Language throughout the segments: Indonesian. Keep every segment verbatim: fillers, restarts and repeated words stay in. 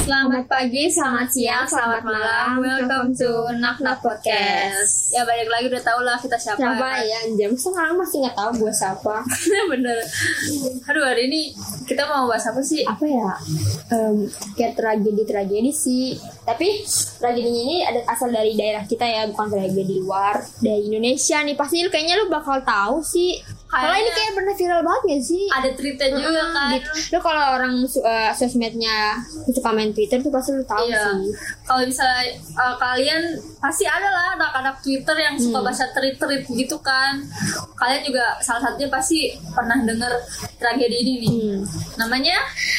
Selamat pagi, selamat siang, selamat malam. Welcome to Nak Nak Podcast. Ya balik lagi udah tau lah kita siapa. Siapa ya? Jam sekarang masih nggak tahu gue siapa. Bener. Aduh hari ini kita mau bahas apa sih? Apa ya? Um, kayak tragedi-tragedi sih. Tapi tragedinya ini ada asal dari daerah kita ya, bukan tragedi luar dari Indonesia nih. Pasti lu kayaknya lu bakal tahu sih. Kalau ini kayak pernah viral banget gak sih? Ada tweetnya juga hmm, kan. Lu kalau orang uh, sosmednya suka main Twitter tuh pasti lu tahu iya. sih. Kalau misalnya uh, kalian pasti ada lah anak-anak Twitter yang suka hmm. baca tweet-tweet gitu kan. Kalian juga salah satunya pasti pernah dengar tragedi ini nih. Hmm. Namanya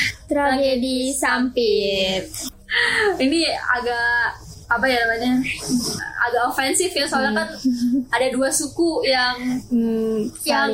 Tragedi Sampit. Ini agak apa ya namanya agak ofensif ya soalnya hmm. kan ada dua suku yang hmm, yang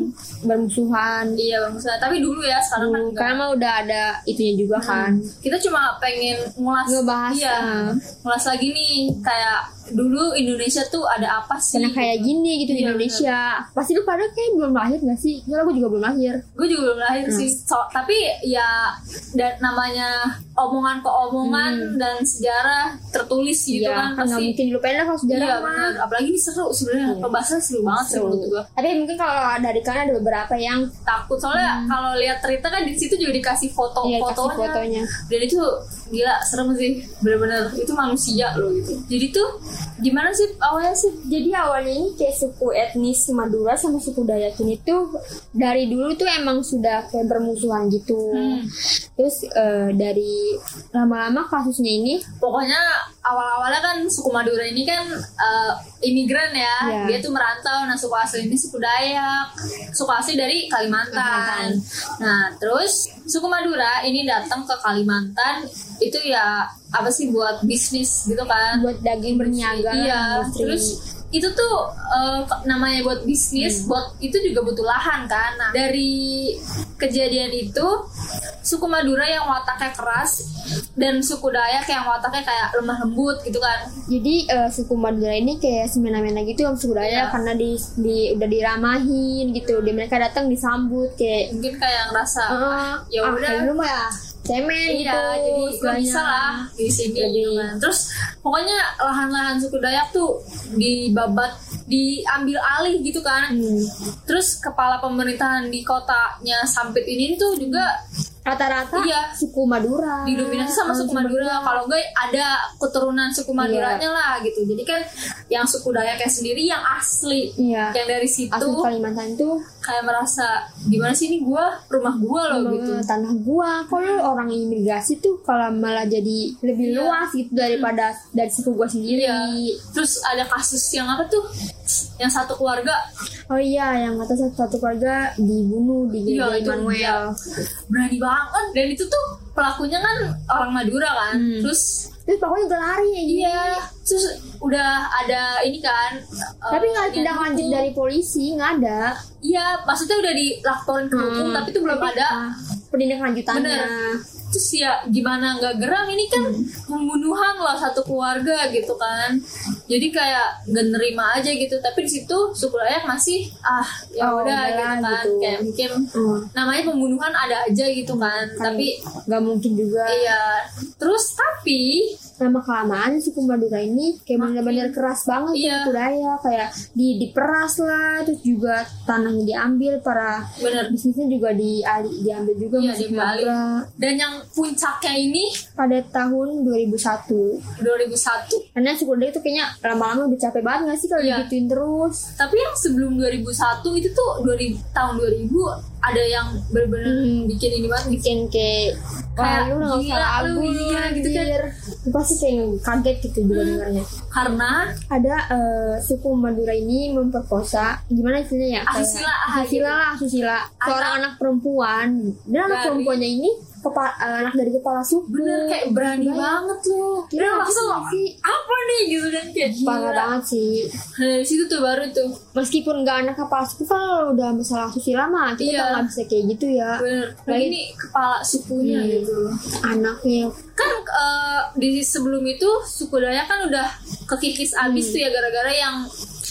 bermusuhan. Iya bermusuhan. Tapi dulu ya sekarang kan karena mah udah ada itunya juga hmm. kan. Kita cuma pengen ngulas ngebahas iya, uh. ngulas lagi nih kayak dulu Indonesia tuh ada apa sih? Karena kayak gini gitu iya, di Indonesia. Bener. Pasti lu pada kayak belum lahir gak sih? Soalnya gue juga belum lahir. Gue juga belum lahir hmm. sih. So, tapi ya dan namanya omongan ke omongan hmm. dan sejarah tertulis gitu iya, kan. Pasti nggak mungkin dilupain lah kalau sejarah. Iya benar. Apalagi ini seru sebenarnya. Iya. Pembahasan seru banget sih menurut gue. Tapi mungkin kalau dari kalian ada beberapa yang takut soalnya hmm. kalau lihat cerita kan di situ juga dikasih foto iya, fotonya. fotonya. Dan itu gila serem sih. Benar-benar itu manusia loh gitu. Jadi tuh gimana sih awalnya sih? Jadi awalnya ini kayak suku etnis Madura sama suku Dayak ini tuh dari dulu tuh emang sudah kayak bermusuhan gitu. Hmm. Terus uh, dari lama-lama kasusnya ini, pokoknya awal-awalnya kan suku Madura ini kan uh, imigran ya, yeah. Dia tuh merantau. Nah suku asli ini suku Dayak, suku asli dari Kalimantan. Kalimantan. Nah terus suku Madura ini datang ke Kalimantan itu ya apa sih buat bisnis gitu kan, buat daging berniaga. Iya. Industri. Terus itu tuh uh, namanya buat bisnis, hmm. buat itu juga butuh lahan kan. Nah, dari kejadian itu suku Madura yang wataknya keras dan suku Dayak yang wataknya kayak lemah lembut gitu kan. Jadi uh, suku Madura ini kayak semena-mena gitu sama suku Dayak yeah. karena di, di udah diramahin gitu. Di mereka datang disambut kayak mungkin kayak ngerasa uh, ya udah ah, lu mah ya cemen iya, gitu. Jadi gak bisa lah di sini gitu kan. Terus pokoknya lahan-lahan suku Dayak tuh dibabat, diambil alih gitu kan. Hmm. Terus kepala pemerintahan di kotanya Sampit ini tuh juga rata-rata iya, suku Madura didominasi sama suku Madura. Kalau gue ada keturunan suku Maduranya iya. lah gitu. Jadi kan yang suku Dayaknya sendiri yang asli iya. yang dari situ asli Kalimantan tuh kayak merasa gimana sih ini gue rumah gue loh rumah, gitu tanah gue. Kalau orang imigrasi tuh kalau malah jadi lebih iya. luas gitu daripada hmm. dari suku gue sendiri. Iya. Terus ada kasus yang apa tuh yang satu keluarga oh iya yang kata satu, satu keluarga dibunuh di Gereja iya, Immanuel. Berani banget. Dan itu tuh pelakunya kan orang Madura kan. Hmm. Terus terus pokoknya udah lari ya gini. Iya. Terus udah ada ini kan. Tapi nggak uh, tindak lanjut dari polisi, nggak ada. Iya, maksudnya udah dilaporin ke hukum, hmm. tapi itu belum tapi, ada uh, penindak lanjutannya. Bener. Terus ya gimana nggak geram ini kan hmm. pembunuhan lah satu keluarga gitu kan. Jadi kayak gak nerima aja gitu. Tapi di situ suku Dayak masih ah ya oh, udah gitu kan gitu. Kayak mungkin hmm. namanya pembunuhan ada aja gitu kan. kan tapi nggak mungkin juga. Iya. Terus tapi lama kelamaan suku Madura ini kayak benar-benar keras banget iya. suku Dayak kayak di diperas lah, terus juga tanahnya diambil, para bener. bisnisnya juga di diambil juga iya, suku Madura. Dan yang puncaknya ini pada tahun dua ribu satu dua ribu satu karena suku Dayak itu kayaknya lama-lama udah capek banget gak sih kalau iya. digituin terus. Tapi yang sebelum dua ribu satu itu tuh dua ribu, tahun dua ribu ada yang bener-bener hmm. bikin ini banget, bikin kayak kayak lu nggak usah lagu iya, gitu kan. Pasti kayak kaget gitu juga hmm. dengarnya. Karena ada uh, suku Madura ini memperkosa, gimana istilahnya ya? Asusila, asusila lah, asusila. Seorang anak perempuan dan anak perempuannya ini Kepa, uh, anak dari kepala suku. Bener kayak berani Bener. banget loh. Kira langsung apa nih gitu kan kayak parah banget sih. Nah, dari situ tuh baru tuh. Meskipun gak anak kepala suku kan udah masalah susila mah kita iya. gak bisa kayak gitu ya. Bener. Nah, ini kepala sukunya hmm. gitu. Anaknya kan uh, di sebelum itu suku Dayak kan udah kekikis abis hmm. tuh ya gara-gara yang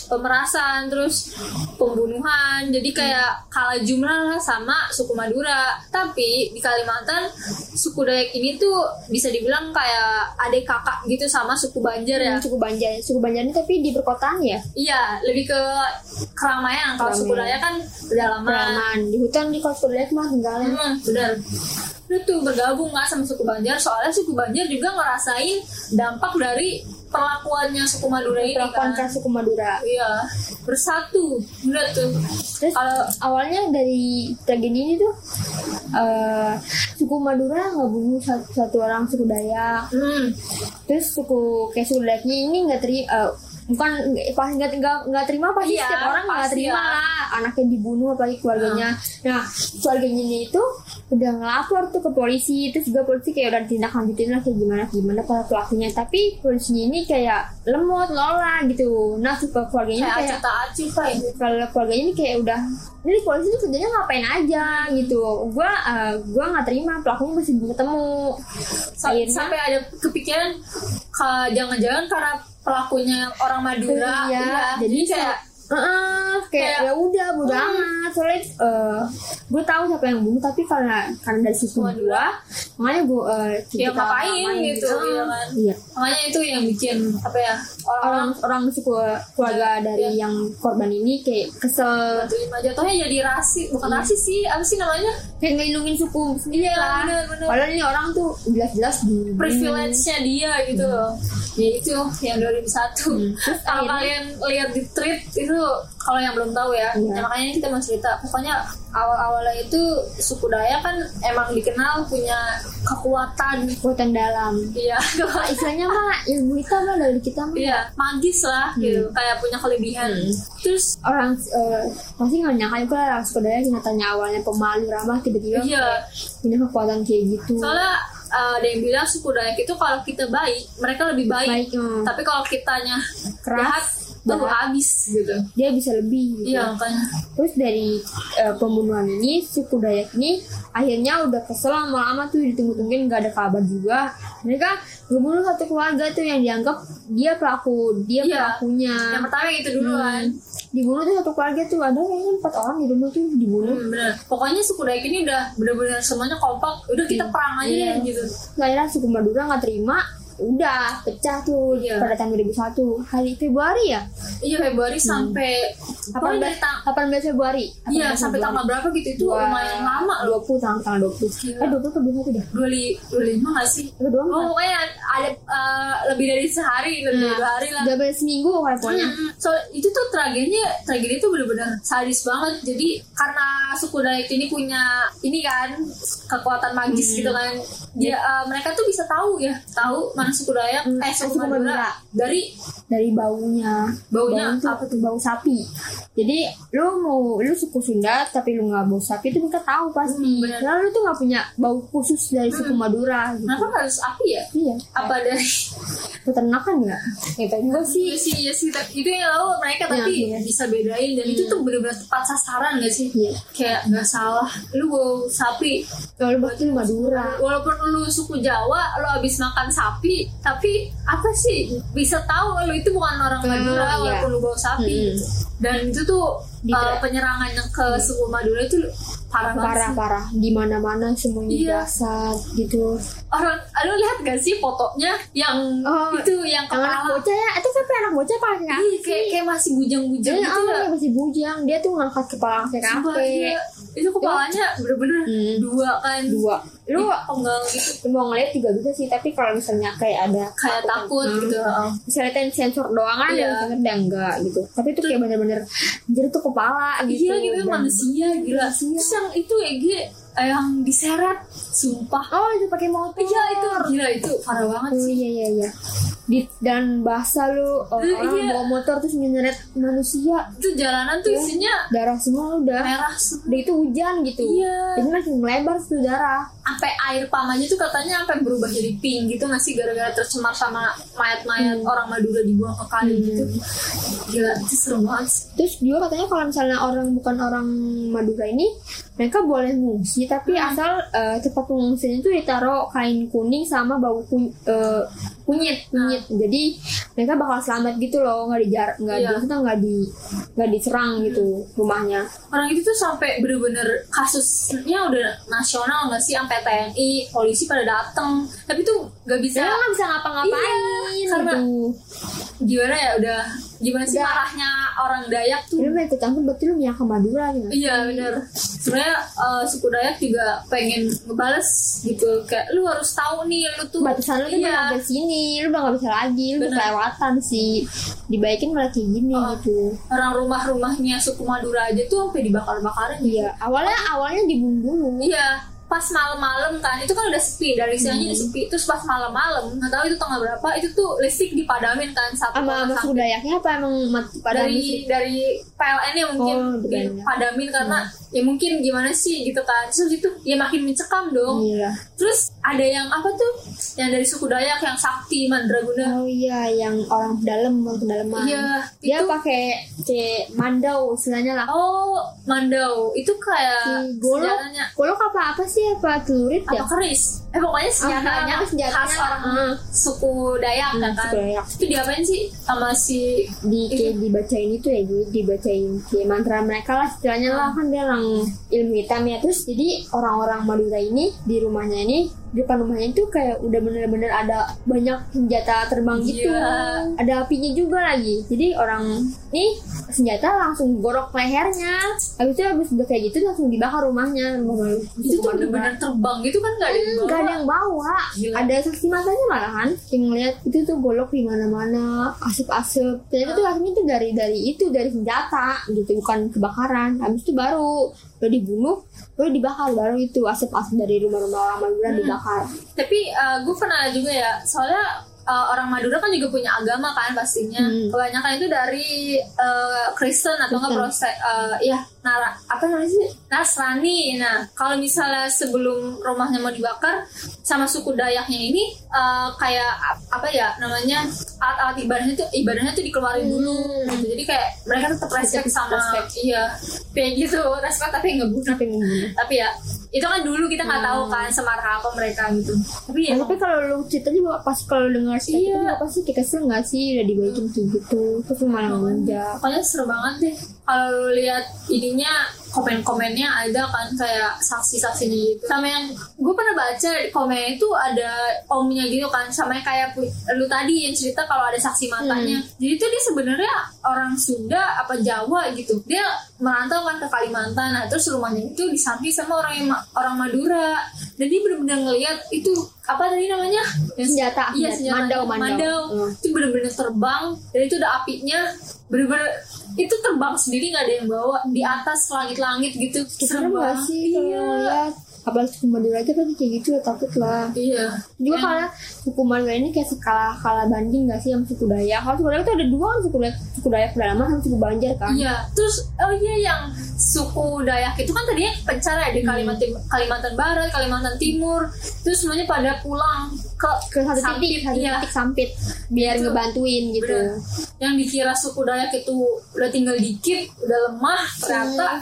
pemerasan, terus pembunuhan. Jadi kayak kalah jumlah lah sama suku Madura. Tapi di Kalimantan suku Dayak ini tuh bisa dibilang kayak adik kakak gitu sama suku Banjar ya. Hmm, suku Banjar, suku Banjar ini tapi di perkotaan ya? Iya, lebih ke keramaian. Kalau suku Dayak kan pedalaman. Pedalaman. Di hutan di kalau suku Dayak mah tinggalnya. Hmm, benar. Lu tuh bergabung nggak sama suku Banjar, soalnya suku Banjar juga ngerasain dampak dari perlakuannya suku Madura ini Perlakuan kan. ke suku Madura. Iya, bersatu. Bener tuh. Terus Kalau awalnya dari tragedi ini tuh uh, suku Madura ngebunuh satu, satu orang suku Dayak. hmm, Terus suku kayak suku Dayaknya ini nggak terima, uh, bukan pas nggak nggak nggak terima pasti Iya, setiap orang nggak pasti terima lah. lah anaknya dibunuh apalagi keluarganya. Nah keluarganya ini itu udah ngelapor tuh ke polisi, terus juga polisi kayak udah tindak lanjutin lah kayak gimana gimana para pelakunya, tapi polisinya ini kayak lemot lola gitu. Nah suku keluarganya kayak kayak acuh tak acuh kayak kalau keluarganya ini kayak udah ini polisi tuh kerjanya ngapain aja gitu. Gua uh, gua nggak terima, pelakunya masih belum ketemu. Sa- Akhirnya- sampai ada kepikiran ka- jangan-jangan karena pelakunya orang Madura. Iya, jadi kayak Uh, kayak, Kayak- ya udah bodo Hmm. amat soalnya uh, gue tahu siapa yang bunuh tapi karena karena dari sisi Madura, gue makanya gue uh, ya ngapain gitu, iya kan. iya. Makanya itu yang bikin apa ya, orang orang orang suku keluarga Iya, dari iya. yang korban ini kayak kesel terima jatuhnya jadi rasi, bukan rasi sih, apa sih namanya? kayak ngelindungin suku sendiri Iya, lah. bener-bener. Padahal ini orang tuh jelas-jelas di Privilege-nya dia gitu loh. Ya itu yang dua ribu satu. Hmm. Terus Kalau akhirnya- kalian lihat di tweet itu, kalau yang belum tahu ya, Iya. ya makanya kita mau cerita. Pokoknya awal-awalnya itu suku Dayak kan emang dikenal punya kekuatan. kekuatan dalam. Iya, Nah, istilahnya mah ilmu hitam lah dari kita mah. iya, magis lah gitu, kayak punya kelebihan. Hmm. Terus Orang uh, pasti nggak nyangka juga orang suku Dayak nyatanya awalnya pemalu ramah tiba-tiba iya, punya kekuatan kayak gitu. soalnya uh, ada yang bilang suku Dayak itu kalau kita baik, mereka lebih baik. Baik, hmm. Tapi kalau kitanya Keras, jahat, baru jahat. habis gitu. Dia bisa lebih gitu. Iya, makanya. Terus dari uh, pembunuhan ini suku Dayak ini akhirnya udah kesel lama-lama tuh ditunggu-tungguin nggak ada kabar juga. Mereka ngebunuh satu keluarga tuh yang dianggap dia pelaku, dia Iya. pelakunya. Yang pertama yang itu dulu kan. Hmm. Dibunuh tuh satu keluarga tuh ada kayaknya empat orang di rumah tuh dibunuh. Hmm, bener. Pokoknya suku Dayak ini udah bener-bener semuanya kompak. Udah kita perang aja Iya. deh gitu. Akhirnya suku Madura nggak terima, udah pecah tuh Iya. pada tahun dua ribu satu hari Februari ya. Iya, Februari sampai delapan pokoknya belas dari tang- delapan belas Februari. Iya, sampai tanggal berapa gitu itu lumayan lama loh. dua puluh tanggal tanggal dua puluh. Iya. Eh dua puluh atau dua puluh satu dah? dua puluh lima nggak sih? Dua puluh Oh, empat. pokoknya ada uh, lebih dari sehari, lebih dari dua hari lah. Udah beres seminggu pokoknya. Hmm, so itu tuh tragedinya, tragedi itu benar-benar sadis banget. Jadi karena suku Dayak ini punya ini kan kekuatan magis Hmm. gitu kan, dia uh, mereka tuh bisa tahu ya, tahu mana suku Dayak, Hmm, eh suku suku Madura. Madura dari Dari baunya. Baunya Bau tuh, apa tuh bau sapi. Jadi lu mau lu suku Sunda tapi lu nggak bau sapi itu mereka tahu pasti. Hmm, benar. Karena lu tuh nggak punya bau khusus dari suku Madura gitu. kenapa harus api ya? Iya. Apa dari Peternakan ya? Gitu gue sih. iya sih, iya sih, tapi itu yang tahu mereka, Iya, tapi iya. bisa bedain dan itu tuh benar-benar tepat sasaran gak sih? Iya. Kayak nggak salah, lu bau sapi. Kalau berarti lu Madura. Walaupun lu suku Jawa, lu abis makan sapi, tapi apa sih bisa tahu lu itu bukan orang Hmm, Madura iya. walaupun lu bawa sapi. Hmm. Dan itu tuh Di- uh, penyerangannya ke suku Madura itu parah banget Parah sih. parah di mana-mana semuanya Iya. dasar gitu. Orang, lu lihat gak sih fotonya yang Oh, itu yang Yang anak kepala? bocah ya, itu sampai anak bocah pakai Iya, kaki. kayak, kayak masih bujang-bujang Dia, gitu oh, ya. dia masih bujang. Dia tuh ngangkat kepala pakai Sumpah, kaki. iya. Itu kepalanya bener-bener Hmm. dua kan. Dua. Lu penggal gitu. mau ngeliat juga bisa sih, tapi kalau misalnya kayak ada Kayak takut Hmm. gitu. heeh. misalnya ten sensor doang kan Iya. ada yang enggak gitu. Tapi itu kayak bener-bener jadi tuh kepala gitu. Iya gitu, Dan- manusia gila. Terus yang itu Eg yang diseret, sumpah. Oh, itu pakai motor. Iya itu gila, itu parah banget Oh sih. iya iya iya. Di, dan bahasa lu oh, Eh, orang iya. bawa motor terus nyeret manusia, Itu jalanan tuh isinya darah semua udah. merah semua. Udah itu hujan gitu. Iya. Jadi masih melebar tuh darah. sampai air pamanya tuh katanya sampai berubah jadi pink gitu nggak sih, gara-gara tercemar sama mayat-mayat hmm. orang Madura dibuang ke kali hmm. gitu. Gila, itu serem banget. Terus juga katanya kalau misalnya orang bukan orang Madura ini, mereka boleh ngungsi, tapi hmm. asal uh, tempat pengungsian itu ditaruh kain kuning sama bau kun- uh, kunyit, kunyit. Hmm. Jadi mereka bakal selamat gitu loh, nggak dijar, nggak yeah. di, nggak di, nggak diserang gitu rumahnya. Orang itu tuh sampai bener-bener kasusnya udah nasional nggak sih, sampai T N I, polisi pada datang, tapi tuh nggak bisa, nggak bisa ngapa-ngapain. Iya, karena gitu. Gimana ya, udah gimana sih marahnya orang Dayak tuh. Lu mau ikut campur berarti lu minyak ke Madura gitu. Iya benar. Sebenarnya uh, suku Dayak juga pengen ngebales gitu, kayak lu harus tahu nih, lu tuh batasan lu tuh iya. Udah sini, lu udah nggak bisa lagi, lu udah kelewatan sih, dibaikin malah kayak gini uh, gitu. Orang rumah-rumahnya suku Madura aja tuh sampai dibakar-bakarin. Iya, gitu. awalnya awalnya dibunuh. Iya. Pas malam-malam kan, itu kan udah sepi, dari istilahnya hmm. udah sepi. Terus pas malam-malam, nggak tahu itu tanggal berapa, itu tuh listrik dipadamin kan satu sama sama suku Dayaknya apa emang dari listrik? Dari P L N ya mungkin oh, dipadamin karena hmm. ya mungkin gimana sih gitu kan. Terus itu ya makin mencekam dong. Iya. Terus ada yang apa tuh, yang dari suku Dayak yang Sakti Mandraguna. Oh iya, yang orang dalam, orang pedalaman. Iya. Dia itu pakai C mandau istilahnya lah. Oh mandau itu kayak si golok, senjatanya. Golok apa apa sih, apa celurit ya? Apa keris? Eh pokoknya senjatanya ah, senjatanya khas orang uh. suku Dayak hmm, kan. Dayak. Itu diapain sih sama si di kayak dibacain itu ya, di dibacain kayak mantra mereka lah istilahnya lah, kan dia orang ilmu hitam ya. Terus jadi orang-orang Madura ini di rumahnya ini, di depan rumahnya itu kayak udah bener-bener ada banyak senjata terbang gitu, yeah. Ada apinya juga lagi. Jadi orang nih senjata langsung gorok lehernya. Habis itu habis udah kayak gitu langsung dibakar rumahnya. Rumah itu tuh bener-bener terbang gitu kan, nggak ada yang bawa. Nggak ada yang bawa. Gila. Ada saksi matanya malahan yang ngeliat itu tuh golok di mana-mana, asap-asap. Ternyata tuh asapnya tuh dari dari itu dari senjata gitu, bukan kebakaran. Habis itu baru udah dibunuh, baru dibakar, baru itu asap-asap dari rumah-rumah orang Madura hmm. dibakar. Tapi uh, gue pernah juga ya, soalnya uh, orang Madura kan juga punya agama kan pastinya. Hmm. Kebanyakan itu dari uh, Kristen atau enggak proses uh, ya nara apa namanya sih, Nasrani. Nah kalau misalnya sebelum rumahnya mau dibakar sama suku Dayaknya ini uh, kayak apa ya namanya, alat-alat ibadahnya tuh ibadahnya tuh dikeluarin hmm. dulu gitu. Jadi kayak mereka tetap respect sama respect. Iya kayak gitu, respect tapi ngebunuh tapi ngebunuh tapi ya itu kan dulu kita nggak hmm. tahu kan semarah apa mereka gitu. Tapi ya nah, tapi kalau lu cerita juga pas kalau dengar cerita iya. Itu apa sih, kayak kesel nggak sih udah dibaikin kayak gitu terus malah ngelunjak. Pokoknya seru banget deh kalau lu lihat ininya, komen-komennya ada kan kayak saksi-saksinya gitu. Sama yang gue pernah baca komennya itu ada omnya gitu kan, sama kayak lu tadi yang cerita kalau ada saksi matanya. Hmm. Jadi tuh dia sebenarnya orang Sunda apa Jawa gitu. Dia merantau kan ke Kalimantan. Nah terus rumahnya itu disampi sama orang yang, orang Madura. Dan dia benar-benar ngelihat itu apa tadi namanya? Senjata. Iya senjata. Mandau, mandau. mandau. Hmm. Itu benar-benar terbang. Dan itu udah apinya bener-bener itu terbang sendiri, nggak ada yang bawa di atas langit-langit gitu. Serem banget sih kalau ngeliat. Apalagi suku Madura aja kan kayak gitu ya, takut lah. Iya. Juga hmm. karena suku Madura ini kayak sekala kalah banding nggak sih sama suku Dayak. Kalau suku Dayak itu ada dua kan, suku Dayak, suku Dayak pedalaman sama suku Banjar kan. Iya. Terus oh iya yang suku Dayak itu kan tadinya pencar ya di Kalimantan hmm. Kalimantan Barat, Kalimantan Timur. Terus semuanya pada pulang ke ke satu Sampit, titik, satu iya. titik Sampit biar itu, ngebantuin gitu. Bener. Yang dikira suku Dayak itu udah tinggal dikit, udah lemah, ternyata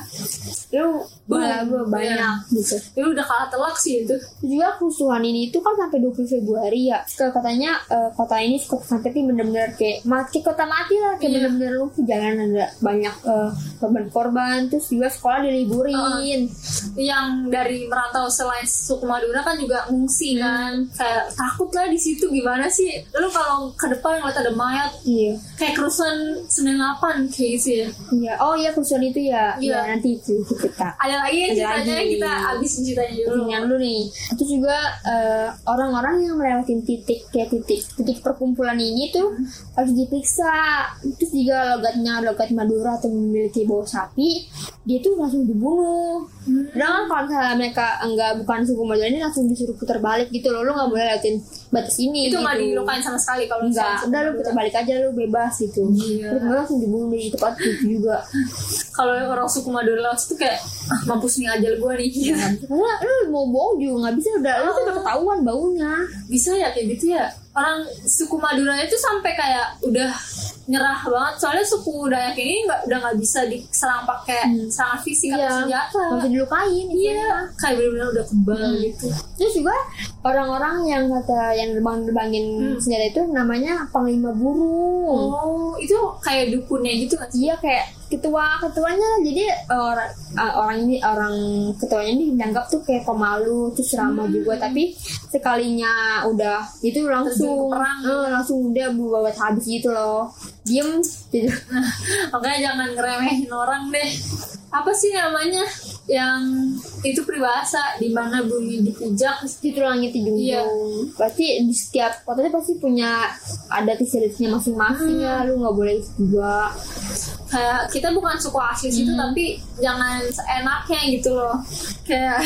lu malah banyak ya. Gitu. Lu udah kalah telak sih itu. Juga kerusuhan ini itu kan sampai dua puluh Februari ya. Katanya uh, kota ini kota Sampit ini benar-benar kayak mati, kota mati lah, kayak yeah. benar-benar lu jalanan ada banyak uh, korban-korban, terus juga sekolah diliburin. Uh, yang dari merantau selain suku Madura kan juga ngungsi kan. Hmm. Kayak takut lah di situ, gimana sih? Lalu kalau ke depan ngeliat ada mayat. Iya. Kayak kerusuhan sembilan puluh delapan kayak gitu ya. Iya. Oh iya kerusuhan itu ya. Iya ya, nanti itu kita. Ada lagi yang ceritanya lagi. Kita abisin ceritanya dulu. Yang dulu nih. Itu juga uh, orang-orang yang melewatin titik kayak titik titik perkumpulan ini tuh hmm. harus diperiksa. Terus juga logatnya logat Madura atau memiliki bau sapi, dia tuh langsung dibunuh. Hmm. Padahal kalau misalnya mereka enggak bukan suku Madura ini langsung disuruh putar balik gitu loh. Lu nggak boleh lewatin batas ini. Itu gitu. nggak dilukain sama sekali kalau enggak. Udah lu putar balik aja, lu bebas gitu. Iya. Terus mereka langsung dibunuh di tempat itu juga. Kalau orang suku Madura lawas itu kayak ah, mampus nih ajal gue nih. Karena lu mau bohong juga nggak bisa, udah lu tuh udah ketahuan baunya. Bisa ya kayak gitu ya. Orang suku Madura itu sampai kayak udah nyerah banget, soalnya suku Dayak ini nggak udah nggak bisa diserang pakai hmm. serangan fisik atau iya, senjata, nggak bisa dilukain. Iya, kayak benar-benar udah kebal hmm. gitu. Terus juga orang-orang yang kata yang nerbang-nerbangin hmm. senjata itu namanya Panglima Burung. Oh, itu kayak dukunnya gitu kan? Iya, kayak ketua ketuanya. Jadi orang orang ini orang ketuanya ini dianggap tuh kayak pemalu, terus ramah hmm. juga, tapi sekalinya udah itu langsung perang, eh, langsung udah buat habis gitu loh. Diem gitu. Makanya jangan ngeremehin orang deh. Apa sih namanya yang itu peribahasa di mana bumi dipijak itu langit dijunjung. Iya. Pasti di setiap kotanya pasti punya adat istiadatnya masing-masing hmm. ya. Lu nggak boleh juga. Kayak kita bukan suku asli situ hmm. tapi jangan seenaknya gitu loh. Kayak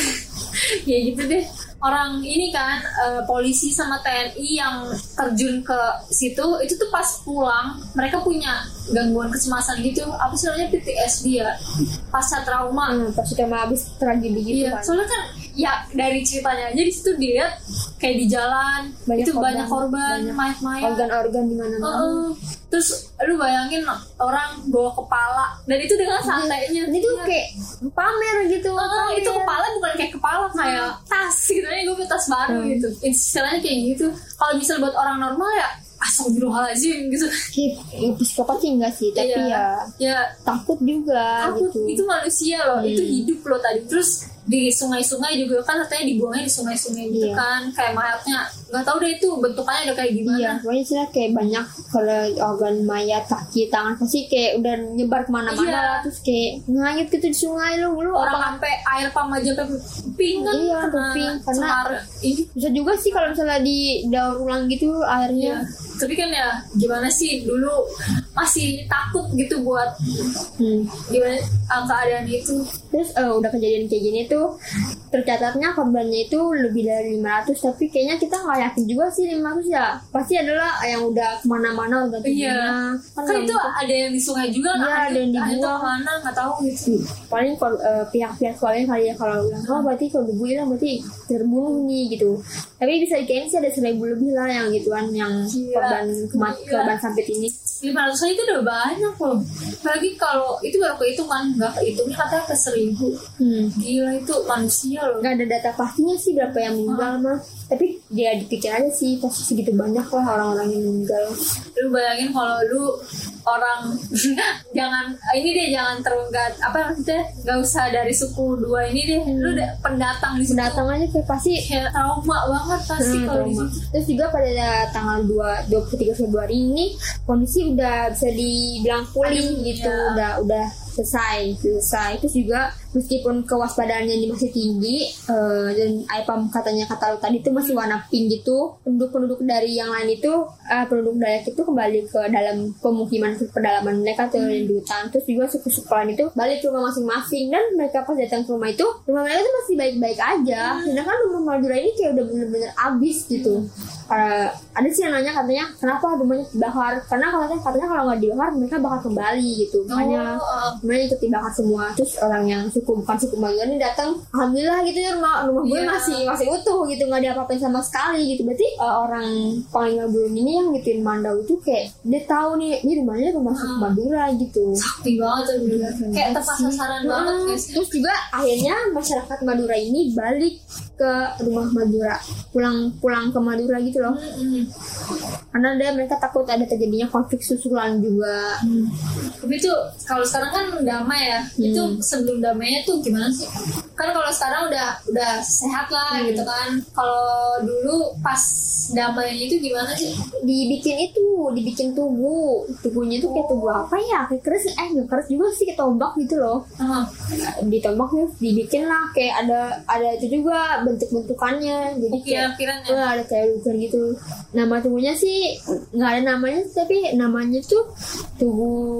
ya gitu deh. Orang ini kan uh, polisi sama T N I yang terjun ke situ itu tuh pas pulang mereka punya gangguan kecemasan gitu, apa sih namanya P T S D ya, pasca trauma. Hmm, pasca trauma habis tragedi gitu iya, kan. Soalnya kan ya dari ceritanya aja di situ dilihat kayak di jalan banyak itu korban, banyak korban, mayat-mayat, organ-organ di mana-mana. Uh, terus lu bayangin orang bawa kepala dan itu dengan santainya. Ini tuh kayak pamer gitu. Uh, pamer. Itu kepala bukan kayak kepala kayak hmm. tas gitu. Gue punya tas baru hmm. gitu. Istilahnya kayak gitu. Kalau misal buat orang normal ya astagfirullahaladzim gitu. Ya, psikopat sih enggak sih, tapi ya, ya, ya takut juga takut, gitu. Itu manusia loh, hmm. itu hidup loh tadi. Terus di sungai-sungai juga kan katanya dibuangnya di sungai-sungai gitu yeah. kan, kayak mayatnya nggak tahu deh itu bentukannya udah kayak gimana. Iya, pokoknya sih kayak banyak kalau organ mayat, kaki, tangan pasti kayak udah nyebar kemana-mana yeah. lah, terus kayak ngayut gitu di sungai lo, lo orang sampai air pam aja sampai pink kan. Iya, pink karena ini bisa juga sih kalau misalnya di daur ulang gitu airnya. Yeah. Tapi kan ya gimana sih dulu masih takut gitu buat hmm. gimana keadaan itu. Terus uh, udah kejadian kayak gini tuh tercatatnya korbannya itu lebih dari lima ratus, tapi kayaknya kita nggak yakin juga sih lima ratus ya. Pasti adalah yang udah kemana-mana udah iya. Kan, kan itu ada yang di sungai juga iya, kan, ada yang dibuang kemana nggak tahu gitu. Paling uh, pihak-pihak soalnya kali ya kalau bilang oh berarti kalau dibuang lah berarti terbunuh nih gitu. Tapi bisa dikain sih ada seribu lebih lah yang gituan yang gila. Korban kemat korban sampai ini. lima ratus itu udah banyak loh. Lagi kalau itu baru kehitung kan, nggak kehitungnya katanya ke seribu. Hmm. Gila itu manusia loh. Nggak ada data pastinya sih berapa yang meninggal mah. Tapi dia dipikir aja sih pasti segitu banyak lah orang-orang yang meninggal. Lu bayangin kalau lu orang jangan ini deh jangan terunggat apa maksudnya nggak usah dari suku dua ini deh hmm. lu udah pendatang di situ. Pendatang aja kayak pasti kayak trauma banget pasti hmm, kalau di situ. Terus juga pada tanggal dua puluh tiga Februari ini kondisi udah bisa dibilang pulih Aduh, gitu ya. udah udah selesai selesai terus juga meskipun kewaspadaannya ini masih tinggi uh, dan I P A M katanya kata lu tadi itu masih warna pink gitu, penduduk-penduduk dari yang lain itu uh, penduduk Dayak itu kembali ke dalam pemukiman ke pedalaman mereka tuh hmm. di hutan. Terus juga suku-suku lain itu balik ke rumah masing-masing dan mereka pas datang ke rumah itu rumah mereka itu masih baik-baik aja hmm. sedangkan rumah Madura ini kayak udah bener-bener abis gitu. Uh, ada sih yang nanya katanya kenapa rumahnya dibakar, karena katanya katanya kalau nggak dibakar mereka bakal kembali gitu, makanya oh. mereka ikut dibakar semua. Terus orang yang suku bukan suku Madura ini datang, alhamdulillah gitu ya rumah rumah gue yeah. masih masih utuh gitu, nggak diapa-apain sama sekali gitu. Berarti uh, orang Panglima Burung ini yang gituin Mandau itu kayak dia tahu nih ini rumahnya rumah suku Madura gitu. Sakti banget tuh hmm. kayak tepat sasaran hmm. banget guys. Terus juga akhirnya masyarakat Madura ini balik ke rumah Madura, pulang pulang ke Madura gitu loh. Hmm. Karena dia mereka takut ada terjadinya konflik susulan juga. Hmm. Tapi itu kalau sekarang kan damai ya. Hmm. Itu sebelum damainya tuh gimana sih? Kan kalau sekarang udah udah sehat lah hmm. gitu kan. Kalau dulu pas damainya itu gimana sih? Dibikin itu, dibikin tugu. Tugunya itu kayak tugu apa ya? Kayak keras, eh nggak keras juga sih, kayak tombak gitu loh. Uh-huh. Ditombaknya dibikin lah kayak ada ada itu juga bentuk-bentukannya. Jadi kayak uh, ada kayak lukisan gitu. Nama tubuhnya sih nggak ada namanya, tapi namanya tuh tubuh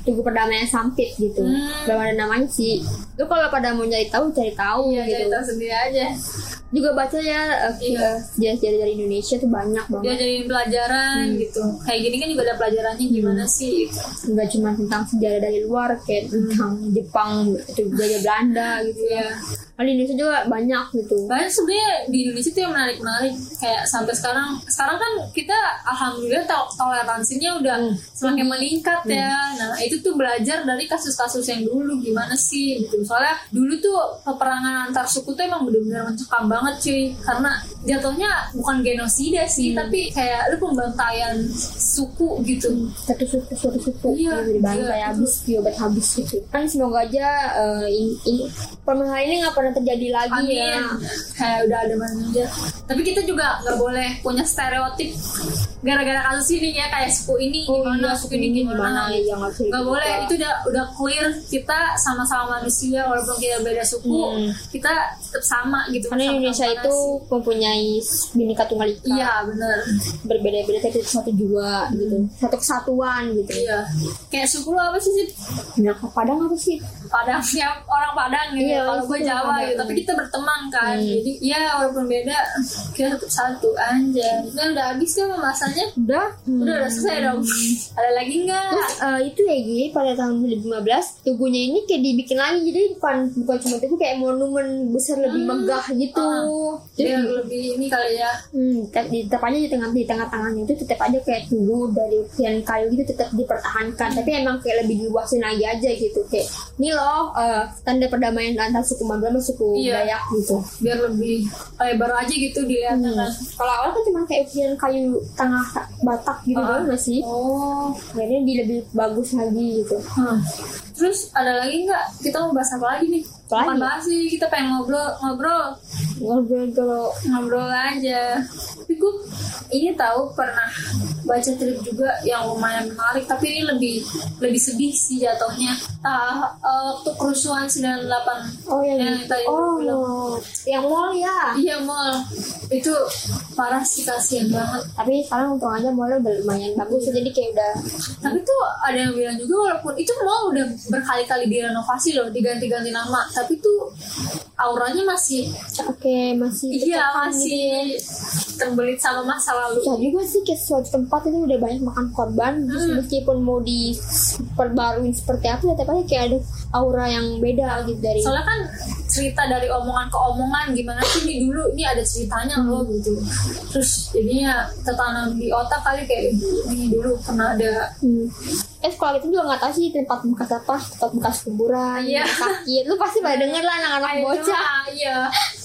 Tugu Perdamaian Sampit gitu. Hmm. Belum ada namanya sih. Lu kalau pada mau cari tahu cari tahu iya, gitu. Cari tahu sendiri aja. Juga baca ya uh, iya. sejarah-sejarah dari Indonesia tuh banyak banget. Dia jadi pelajaran hmm. gitu. Kayak gini kan juga ada pelajarannya gimana hmm. sih. Gitu. Enggak cuma tentang sejarah dari luar kayak tentang Jepang itu juga Belanda gitu ya. Kalau di Indonesia juga banyak gitu. Banyak sebenarnya di Indonesia tuh yang menarik-menarik kayak sampai sekarang. Sekarang kan kita alhamdulillah to- toleransinya udah hmm. semakin meningkat hmm. ya. Nah itu tuh belajar dari kasus-kasus yang dulu gimana sih gitu. Soalnya dulu tuh peperangan antar suku tuh emang benar-benar mencekam banget cuy. Karena jatuhnya bukan genosida sih, hmm. tapi kayak lu pembantaian suku gitu. Satu suku satu suku iya, dibantai iya, habis, diobat habis gitu. Kan semoga aja uh, ini, ini permasalahan ini nggak pernah terjadi lagi. Amin. Ya. Kayak udah ada manajer. Tapi kita juga nggak boleh punya stereotip gara-gara kasus ini ya kayak suku ini oh, gimana, iya, suku ini gimana. Nggak ya, boleh. Itu udah udah clear kita sama-sama manusia walaupun kita beda suku, hmm. kita tetap sama gitu. Karena Indonesia itu mempunyai Bhinneka Tunggal Ika. Iya benar. Berbeda-beda tapi satu jua hmm. gitu. Satu kesatuan gitu. Iya. Kayak suku lu apa sih sih? Nah, Padang apa sih? Padang ya orang Padang gitu. Iya, kalau gue Jawa Padang. Gitu. Tapi kita berteman kan. Hmm. Jadi ya walaupun beda kita tetap satu aja. Kan udah habis kan pembahasannya? Udah. Hmm. Udah udah selesai dong. Ada lagi nggak? Terus uh, itu ya Gi pada tahun dua ribu lima belas tugunya ini kayak dibikin lagi jadi bukan bukan cuma tugu kayak monumen besar lebih hmm. megah gitu. Uh, jadi ya, lebih ini kali ya. Hmm, tetap aja di tengah di tengah-tengahnya itu tetap aja kayak tugu dari ukiran kayu gitu tetap dipertahankan. Hmm. Tapi emang kayak lebih diluasin lagi aja gitu kayak ini loh uh, tanda perdamaian antara suku Madura dan suku iya. Dayak gitu. Biar lebih lebar aja gitu dilihatnya hmm. kan. Kalau awal kan cuma kayak ukiran kayu tengah Batak gitu uh, doang masih. Oh, akhirnya dia lebih bagus lagi gitu. Hmm. Terus ada lagi nggak? Kita mau bahas apa lagi nih? Bukan bahas sih, kita pengen ngobrol, ngobrol, ngobrol kalau ngobrol aja. Tapi gue ini tahu pernah baca trip juga yang lumayan menarik, tapi ini lebih lebih sedih sih jatuhnya. Nah, uh, waktu kerusuhan sembilan puluh delapan. Oh yang, yang tadi oh, bilang. Yang mall ya? Iya mall. Itu parah sih, kasihan banget. Tapi sekarang untung aja mallnya udah lumayan bagus, jadi kayak udah. Tapi tuh ada yang bilang juga walaupun itu mall udah berkali-kali direnovasi loh, diganti-ganti nama, tapi tuh auranya masih oke okay, masih iya masih gitu. Terbelit sama masa lalu. Ya juga sih kayak suatu tempat itu udah banyak makan korban, hmm. terus meskipun mau diperbaruin seperti apa, tetap aja kayak ada aura yang beda gitu dari. Soalnya kan cerita dari omongan ke omongan gimana sih ini dulu ini ada ceritanya hmm. loh gitu. Terus jadinya tertanam di otak kali kayak ini dulu pernah ada. Hmm. Eh sekolah itu juga nggak tahu sih tempat bekas apa, tempat bekas kuburan, iya. sakit. Lu pasti pada denger lah anak-anak bocah. Iya.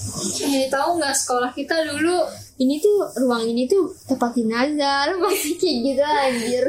Eh tahu nggak sekolah kita dulu ini tuh ruang ini tuh tempat jenazah, lu pasti kayak gitu anjir.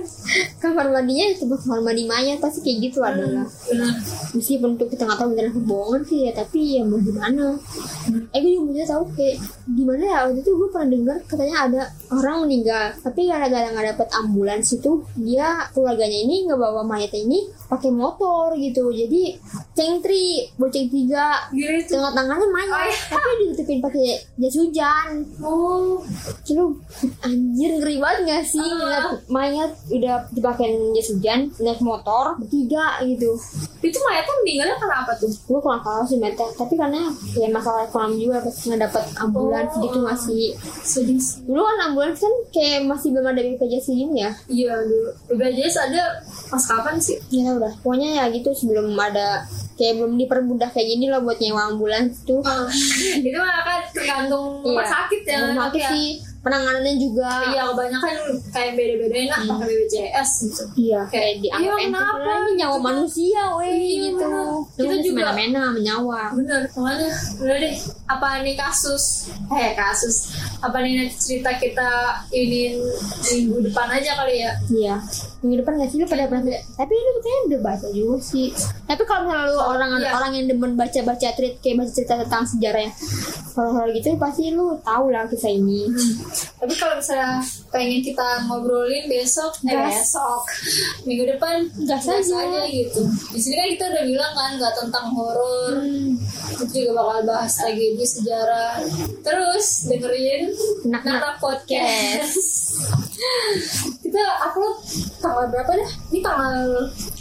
Kamar mandinya tempat kamar mandi mayat pasti kayak gitu hmm. adalah. Hmm. Meskipun untuk kita nggak tahu beneran kebohongan sih ya, tapi ya mau gimana? Hmm. Eh gue juga mau tahu kayak gimana ya waktu itu gue pernah dengar katanya ada orang meninggal, tapi gara-gara nggak dapet ambulans itu dia keluarganya ini nggak bawa mayatnya ini pakai motor gitu, jadi cengtri boceng tiga gitu. Tengah tangannya mayat, oh, iya. tapi ditutupin pakai jas hujan. Oh, lu anjir ngeri banget gak sih uh. ngeliat mayat udah dipakein jas hujan naik motor bertiga gitu. Itu mayatnya meninggalnya karena apa tuh? Gue kurang tahu sih Meta, tapi karena ya masalah ekonomi juga pas nggak dapet ambulans oh. gitu masih sedih. Dulu kan ambulans kan kayak masih belum ada B P J S ini ya? Iya dulu B P J S ada pas kapan sih? Ya udah, pokoknya ya gitu sebelum ada kayak belum dipermudah kayak gini loh buat nyewa ambulans tuh. Uh, itu mah kan tergantung rumah iya, sakit ya. Rumah sakit sih. Penanganannya juga iya kebanyakan kayak beda-bedain lah hmm. pakai B P J S gitu. Iya kayak dianggap iya, kenapa ini nyawa gitu. Manusia weh iya, gitu. Kita juga semena-mena menyawa. Bener makanya udah deh apa nih kasus eh kasus apa nih nanti cerita kita ini minggu depan aja kali ya. Iya minggu depan nggak sih lu pada pernah tapi lu kayaknya udah baca juga sih. Tapi kalau misalnya lu orang iya. orang yang demen baca-baca tweet kayak baca cerita tentang sejarah yang hal-hal gitu pasti lu tahu lah kisah ini. Hmm. Tapi kalau misalnya pengen kita ngobrolin besok, eh besok, minggu depan gas aja. aja gitu. Di sini kan kita udah bilang kan nggak tentang horor, hmm. itu juga bakal bahas tragedi sejarah. Terus dengerin Nara Podcast. Kita upload tanggal berapa dah? Ini tanggal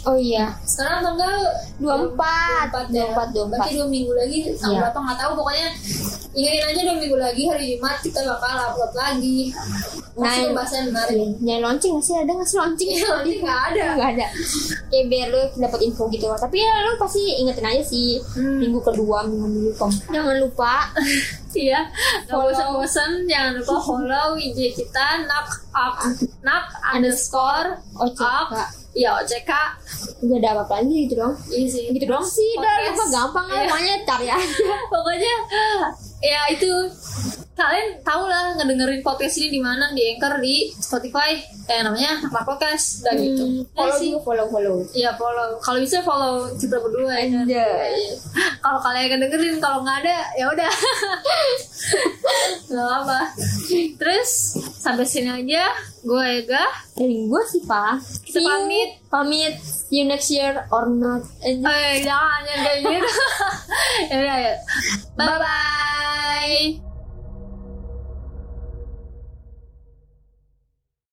Oh iya. Sekarang tanggal dua puluh empat, dua dua puluh empat, dua puluh empat. Berarti dua minggu lagi, tanggal Iya. berapa nggak tahu. Pokoknya ingatin aja dua minggu lagi hari Jumat kita bakal upload lagi. Masih Nah, pembahasan menarik. Nyai launching nggak sih? Ada nggak sih launching? Iya, launching nggak ada. Nggak ada. Kayak biar lu dapat info gitu. Tapi ya lu pasti ingetin aja sih. Hmm. Minggu kedua, minggu minggu keempat. Jangan lupa. Iya, nggak Follow. bosan-bosan, jangan lupa follow I G kita nak up nak underscore O C K. up, ya O C K. Gak ada apa-apa lagi gitu dong. Iya sih, Gitu dong sih. Udah Podcast. lupa gampang lah. Iya. Pokoknya cari aja. Pokoknya ya itu, kalian tahu lah ngedengerin podcast ini di mana, di Anchor, di Spotify, eh namanya Naklar Podcast dan gitu. Hmm, Ya follow sih. juga, follow follow. Iya follow. Kalau bisa follow kita berdua ya. kan? Anjay. Iya. Kalau kalian yang dengerin, kalau nggak ada ya udah. Nggak apa. Terus sampai sini aja. Gue Ega. Dan gue sih Pak. Kita pamit. Pamit. See you next year or not. Anjay. Eh jangan jangan kayak gitu. Ya udah ya. Bye bye.